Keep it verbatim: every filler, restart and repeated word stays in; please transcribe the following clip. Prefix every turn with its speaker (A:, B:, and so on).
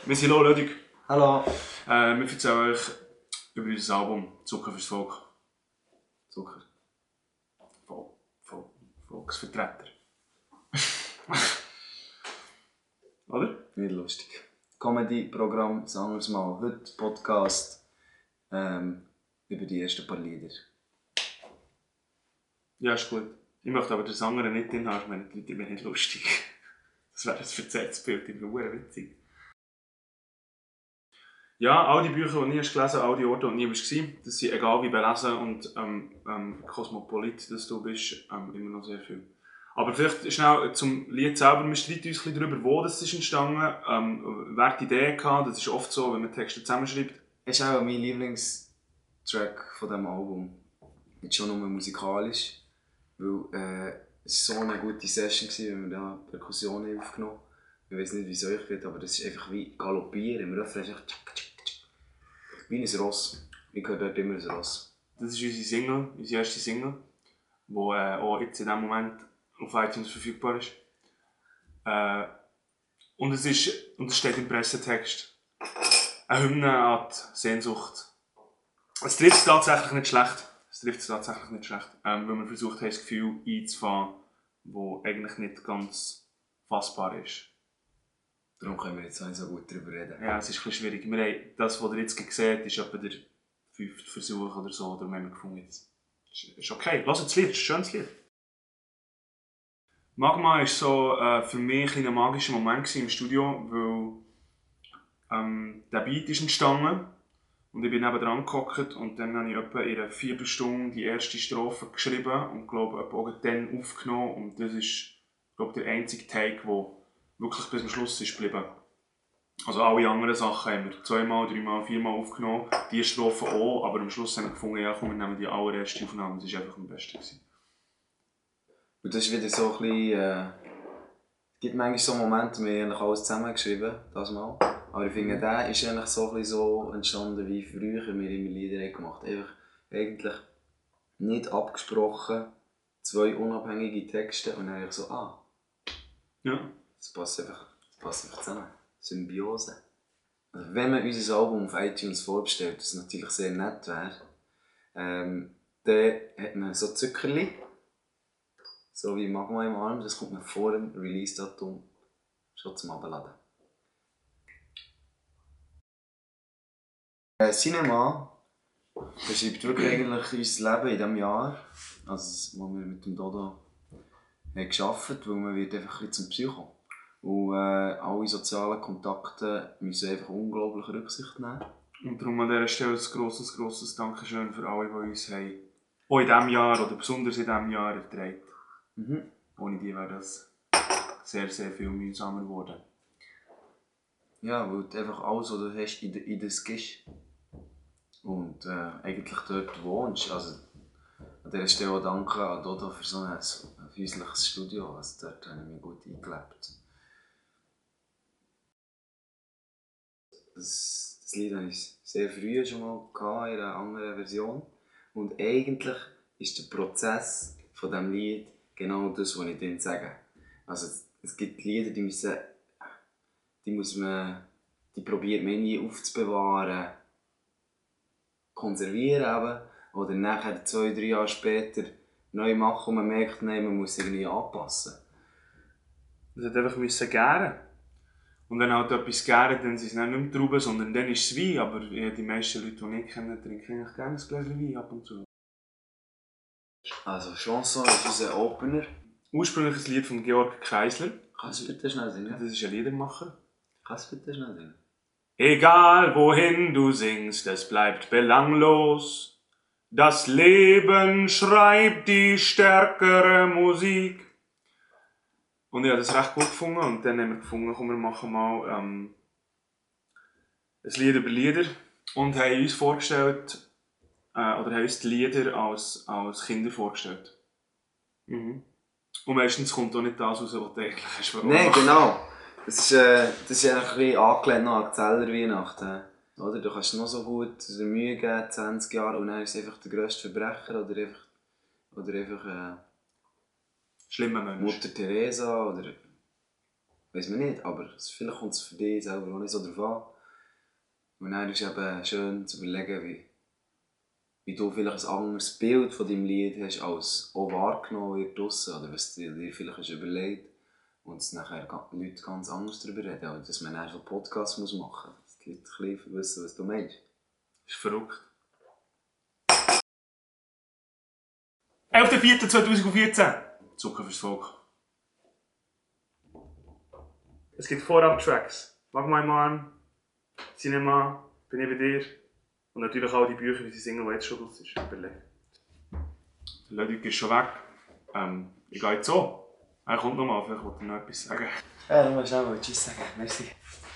A: Wir sind Lo Lödig.
B: Hallo.
A: Äh, wir erzählen euch über unser Album Zucker fürs Volk. Zucker. Vol Vol Volksvertreter. Oder?
B: Nicht lustig. Comedy-Programm, sagen wir es mal. Heute Podcast ähm, über die ersten paar Lieder.
A: Ja, ist gut. Ich möchte aber den Sänger nicht drin haben, ich meine, die Leute wären nicht lustig. Das wäre ein verzerrtes Bild, ich bin witzig. Ja, all die Bücher, die ich gelesen habe, all die Orte, die nie warst, das sind, egal wie belesen und ähm, ähm, Kosmopolit, dass du bist, ähm, immer noch sehr viel. Aber vielleicht schnell zum Lied selber, wir streiten uns ein bisschen darüber, wo das ist entstanden, ähm, wer die Idee hatte, das ist oft so, wenn man Texte zusammenschreibt.
B: Es ist auch mein Lieblingstrack von diesem Album. Nicht schon nur musikalisch, weil äh, es war so eine gute Session, wenn wir da Perkussionen aufgenommen haben. Ich weiß nicht, wie es euch geht, aber das ist einfach wie Galoppieren. Wir rufen einfach wie ein Ross. Ich höre dort immer ein Ross.
A: Das ist unsere Single, unsere erste Single, die äh, auch jetzt in diesem Moment auf iTunes verfügbar ist. Äh, und, es ist, und es steht im Pressetext. Eine Hymne an die Sehnsucht. Es trifft es tatsächlich nicht schlecht. Es trifft es tatsächlich nicht schlecht. Ähm, weil wir versucht haben, das Gefühl einzufangen, das eigentlich nicht ganz fassbar ist.
B: Darum können wir jetzt nicht so gut darüber reden.
A: Ja, es ist ein bisschen schwierig. Wir haben, das, was ihr jetzt seht, ist etwa der fünfte Versuch oder so. Darum haben wir gefunden, jetzt ist okay. Lass das Lied, es ist ein schönes Lied. Magma war so, äh, für mich ein magischer Moment im Studio, weil ähm, der Beat ist entstanden und ich bin nebendran gehockt und dann habe ich etwa in einer Viertelstunde die erste Strophe geschrieben und glaube auch dann aufgenommen und das ist glaube der einzige Take, der wirklich bis zum Schluss ist geblieben. Also alle anderen Sachen haben wir zweimal, dreimal, viermal aufgenommen, die Strophe auch, aber am Schluss haben wir gefunden, ja komm, wir nehmen die allererste Aufnahme, das war einfach am besten gewesen.
B: Und das ist wieder so ein bisschen, äh, es gibt manchmal so Momente, wir haben alles zusammengeschrieben, das mal. Aber ich finde, der ist eigentlich so, ein bisschen so entstanden, wie früher wir immer Lieder gemacht haben. Einfach eigentlich nicht abgesprochen, zwei unabhängige Texte und dann eigentlich so, ah,
A: ja.
B: das passt einfach, das passt einfach zusammen. Symbiose. Also wenn man unser Album auf iTunes vorbestellt, was natürlich sehr nett wäre, ähm, dann hat man so Zuckerli. So wie Magma im Arm, das kommt man vor dem Release-Datum schon zum Abladen. Äh, Cinema beschreibt wirklich eigentlich unser Leben in diesem Jahr, also wo wir mit dem Dodo haben gearbeitet, weil man wird einfach ein bisschen zum Psycho. Und äh, alle sozialen Kontakte müssen einfach unglaublich Rücksicht nehmen.
A: Und darum an dieser Stelle ein grosses, grosses Dankeschön für alle, die uns haben, auch in diesem Jahr oder besonders in diesem Jahr ertragen.
B: Mhm.
A: Ohne die wäre das sehr, sehr viel mühsamer geworden.
B: Ja, weil du einfach alles, was du hast, in, in das gibst. Und äh, eigentlich dort wohnst. Also, an dieser Stelle auch danke an Dodo für so ein, ein häusliches Studio. Also, dort habe ich mich gut eingelebt. Das, das Lied hatte ich sehr früh schon mal gehabt, in einer anderen Version. Und eigentlich ist der Prozess von diesem Lied genau das, was ich dir sage. Also, es gibt Lieder, die müssen, die muss man, die probiert man nie aufzubewahren, konservieren eben, oder nachher zwei, drei Jahre später neu machen und man merkt, nein, man muss irgendwie anpassen.
A: Das hat einfach müssen gären. Und wenn halt etwas gären, dann sind es nicht mehr Trauben, sondern dann ist es Wein. Aber die meisten Leute, die ich kenne, trinken eigentlich gerne ein Gläschen Wein ab und zu.
B: Also Chanson ist unser Opener.
A: Ursprünglich ein Lied von Georg Kreisler.
B: Kannst du bitte schnell singen?
A: Das ist ein Liedermacher.
B: Kannst du bitte schnell singen?
A: Egal wohin du singst, es bleibt belanglos. Das Leben schreibt die stärkere Musik. Und ich habe das recht gut gefunden und dann haben wir gefunden, komm, wir machen mal ähm, ein Lied über Lieder und haben uns vorgestellt, äh, oder haben uns die Lieder als, als Kinder vorgestellt. Mhm. Und meistens kommt auch nicht das raus, was du eigentlich hast.
B: Nein, genau. Das ist, äh, das ist eigentlich ein bisschen angelehnt noch an die Zellerweihnachten. Oder? Du kannst noch so gut dir Mühe geben, zwanzig Jahre, und dann ist es einfach der grösste Verbrecher oder einfach, oder einfach äh,
A: schlimmer Mensch.
B: Mutter Teresa oder Weiss man nicht, aber vielleicht kommt es für dich selber auch nicht so drauf an. Und dann ist es eben schön zu überlegen, wie, wie du vielleicht ein anderes Bild von deinem Lied hast, als auch wahrgenommen wird draussen, oder was du dir vielleicht hast überlegt. Und es nachher die Leute ganz anders darüber reden. Also, dass man dann so Podcasts machen muss, dass die Leute ein bisschen wissen, was du meinst.
A: Das ist verrückt. elfter vierter zweitausendvierzehn. Zucker fürs Volk. Es gibt Vorab-Tracks. Mag My Man, Cinema, Bin ich bei dir. Und natürlich auch die Bücher, wie die Single, die jetzt schon raus ist. Überlegt. Der Ludwig ist schon weg. Ähm, ich gehe jetzt so. Er kommt nochmal, vielleicht wollte er noch etwas sagen.
B: Ja, dann musst du auch mal Tschüss sagen. Merci.